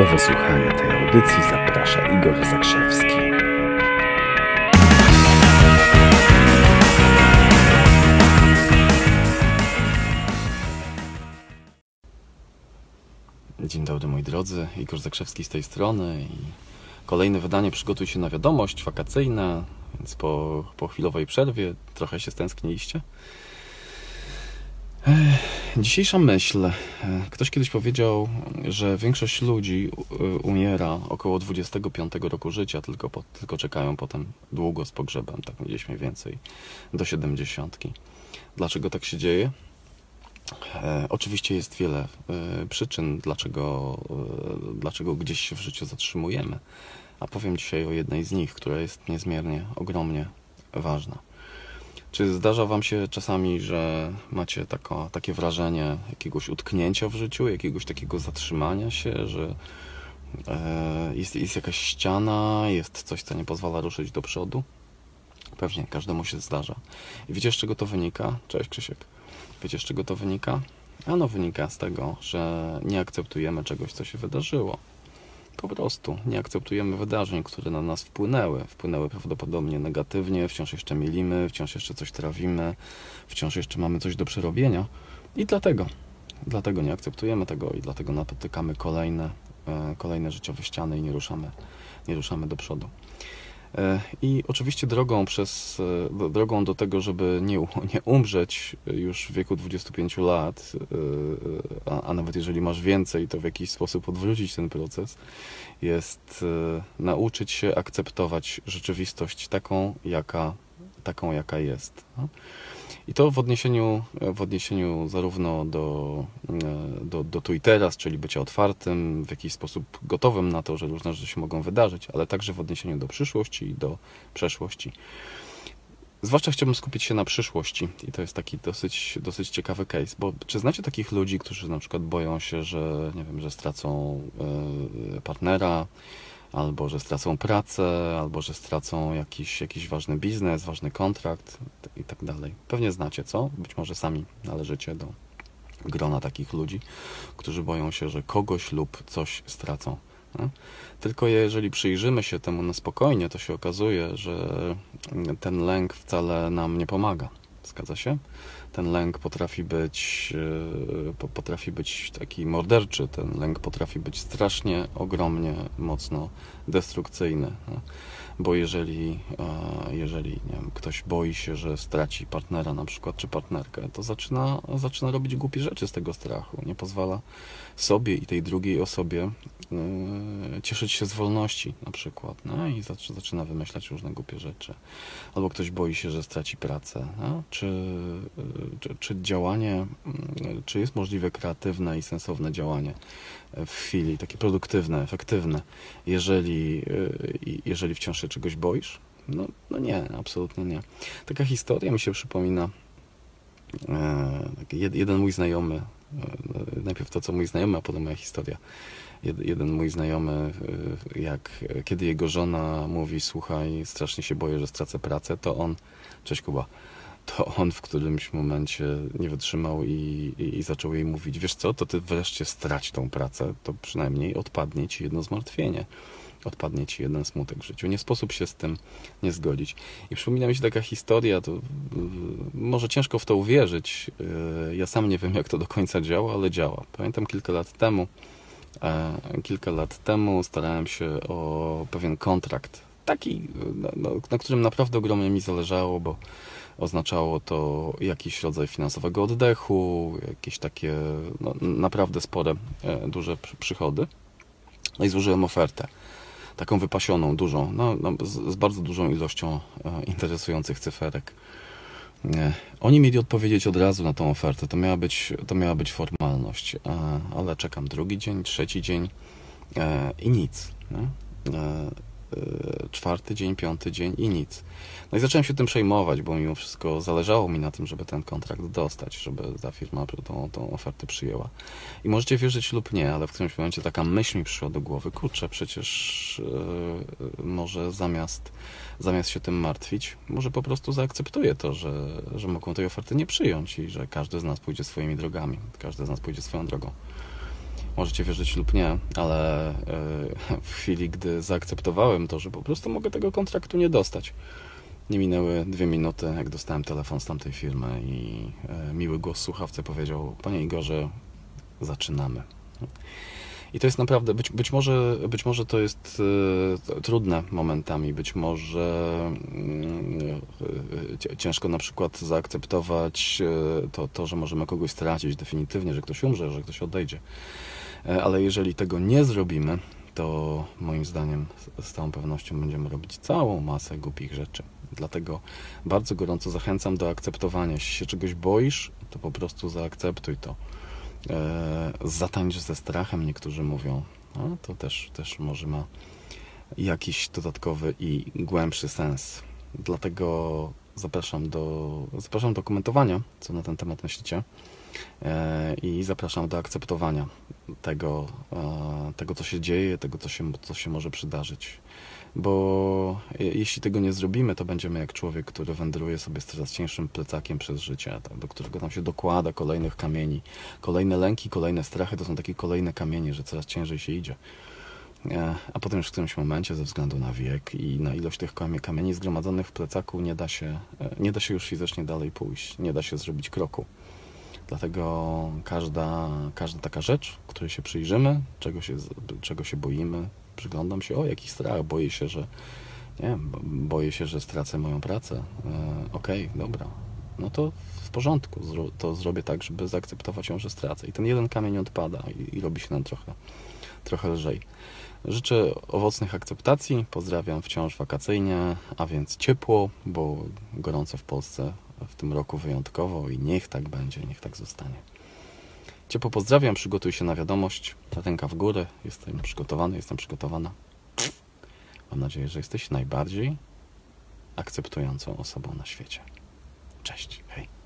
Do wysłuchania tej audycji zaprasza Igor Zakrzewski. Dzień dobry moi drodzy, Igor Zakrzewski z tej strony i kolejne wydanie Przygotuj się na wiadomość, wakacyjne, więc po chwilowej przerwie trochę się stęskniliście. Dzisiejsza myśl. Ktoś kiedyś powiedział, że większość ludzi umiera około 25 roku życia, tylko czekają potem długo z pogrzebem, tak gdzieś mniej więcej do 70. Dlaczego tak się dzieje? Oczywiście jest wiele przyczyn, dlaczego gdzieś się w życiu zatrzymujemy, a powiem dzisiaj o jednej z nich, która jest niezmiernie, ogromnie ważna. Czy zdarza Wam się czasami, że macie takie wrażenie jakiegoś utknięcia w życiu, jakiegoś takiego zatrzymania się, że jest jakaś ściana, jest coś, co nie pozwala ruszyć do przodu? Pewnie, każdemu się zdarza. I wiecie, z czego to wynika? Cześć Krzysiek. Wiecie, z czego to wynika? Ano wynika z tego, że nie akceptujemy czegoś, co się wydarzyło. Po prostu nie akceptujemy wydarzeń, które na nas wpłynęły. Wpłynęły prawdopodobnie negatywnie, wciąż jeszcze mielimy, wciąż jeszcze coś trawimy, wciąż jeszcze mamy coś do przerobienia i dlatego nie akceptujemy tego i dlatego napotykamy kolejne życiowe ściany i nie ruszamy do przodu. I oczywiście drogą do tego, żeby nie umrzeć już w wieku 25 lat, a nawet jeżeli masz więcej, to w jakiś sposób odwrócić ten proces, jest nauczyć się akceptować rzeczywistość taką, jaka jest. I to w odniesieniu zarówno do tu i teraz, czyli bycia otwartym, w jakiś sposób gotowym na to, że różne rzeczy się mogą wydarzyć, ale także w odniesieniu do przyszłości i do przeszłości. Zwłaszcza chciałbym skupić się na przyszłości i to jest taki dosyć ciekawy case, bo czy znacie takich ludzi, którzy na przykład boją się, że stracą partnera, albo że stracą pracę, albo że stracą jakiś ważny biznes, ważny kontrakt i tak dalej. Pewnie znacie, co? Być może sami należycie do grona takich ludzi, którzy boją się, że kogoś lub coś stracą. Nie? Tylko jeżeli przyjrzymy się temu na spokojnie, to się okazuje, że ten lęk wcale nam nie pomaga. Zgadza się? Ten lęk potrafi być taki morderczy, ten lęk potrafi być strasznie, ogromnie, mocno destrukcyjny. Bo jeżeli nie wiem, ktoś boi się, że straci partnera na przykład, czy partnerkę, to zaczyna robić głupie rzeczy z tego strachu. Nie pozwala sobie i tej drugiej osobie cieszyć się z wolności na przykład. No? I zaczyna wymyślać różne głupie rzeczy. Albo ktoś boi się, że straci pracę. No? Czy działanie, czy jest możliwe kreatywne i sensowne działanie w chwili, takie produktywne, efektywne, jeżeli wciąż się czegoś boisz? No nie, absolutnie nie. Taka historia mi się przypomina. Jeden mój znajomy, najpierw to, co mój znajomy, a potem moja historia. Jeden mój znajomy, kiedy jego żona mówi, słuchaj, strasznie się boję, że stracę pracę, cześć Kuba, to on w którymś momencie nie wytrzymał i zaczął jej mówić, wiesz co, to ty wreszcie strać tą pracę, to przynajmniej odpadnie ci jedno zmartwienie, odpadnie ci jeden smutek w życiu. Nie sposób się z tym nie zgodzić. I przypomina mi się taka historia, to może ciężko w to uwierzyć, ja sam nie wiem, jak to do końca działa, ale działa. Pamiętam kilka lat temu starałem się o pewien kontrakt, taki, na którym naprawdę ogromnie mi zależało, bo oznaczało to jakiś rodzaj finansowego oddechu, jakieś takie naprawdę spore, duże przychody. No i złożyłem ofertę, taką wypasioną, dużą, z bardzo dużą ilością interesujących cyferek. Oni mieli odpowiedzieć od razu na tą ofertę, to miała być formalność, ale czekam drugi dzień, trzeci dzień i nic. Nie? Czwarty dzień, piąty dzień i nic. No i zacząłem się tym przejmować, bo mimo wszystko zależało mi na tym, żeby ten kontrakt dostać, żeby ta firma tą ofertę przyjęła. I możecie wierzyć lub nie, ale w którymś momencie taka myśl mi przyszła do głowy, kurczę, przecież może zamiast się tym martwić, może po prostu zaakceptuję to, że mogą tej oferty nie przyjąć i że każdy z nas pójdzie swoimi drogami, każdy z nas pójdzie swoją drogą. Możecie wierzyć lub nie, ale w chwili, gdy zaakceptowałem to, że po prostu mogę tego kontraktu nie dostać, nie minęły 2 minuty, jak dostałem telefon z tamtej firmy i miły głos w słuchawce powiedział: Panie Igorze, zaczynamy. I to jest naprawdę, być może to jest trudne momentami, być może ciężko na przykład zaakceptować to, że możemy kogoś stracić definitywnie, że ktoś umrze, że ktoś odejdzie. Ale jeżeli tego nie zrobimy, to moim zdaniem z całą pewnością będziemy robić całą masę głupich rzeczy. Dlatego bardzo gorąco zachęcam do akceptowania. Jeśli się czegoś boisz, to po prostu zaakceptuj to. Zatańcz ze strachem, niektórzy mówią. No, to też może ma jakiś dodatkowy i głębszy sens. Dlatego zapraszam do komentowania, co na ten temat myślicie, i zapraszam do akceptowania tego, co się dzieje, tego, co się może przydarzyć. Bo jeśli tego nie zrobimy, to będziemy jak człowiek, który wędruje sobie z coraz cięższym plecakiem przez życie, tak, do którego tam się dokłada kolejnych kamieni. Kolejne lęki, kolejne strachy to są takie kolejne kamienie, że coraz ciężej się idzie. A potem już w którymś momencie, ze względu na wiek i na ilość tych kamieni zgromadzonych w plecaku, nie da się już fizycznie dalej pójść, nie da się zrobić kroku. Dlatego każda taka rzecz, której się przyjrzymy, czego się boimy, przyglądam się, jakiś strach, boję się, że stracę moją pracę. Okej, dobra, no to w porządku, to zrobię tak, żeby zaakceptować ją, że stracę. I ten jeden kamień odpada i robi się nam trochę lżej. Życzę owocnych akceptacji, pozdrawiam wciąż wakacyjnie, a więc ciepło, bo gorąco w Polsce w tym roku wyjątkowo i niech tak będzie, niech tak zostanie. Ciepło pozdrawiam, przygotuj się na wiadomość, ręka w górę, jestem przygotowany, jestem przygotowana. Mam nadzieję, że jesteś najbardziej akceptującą osobą na świecie. Cześć, hej.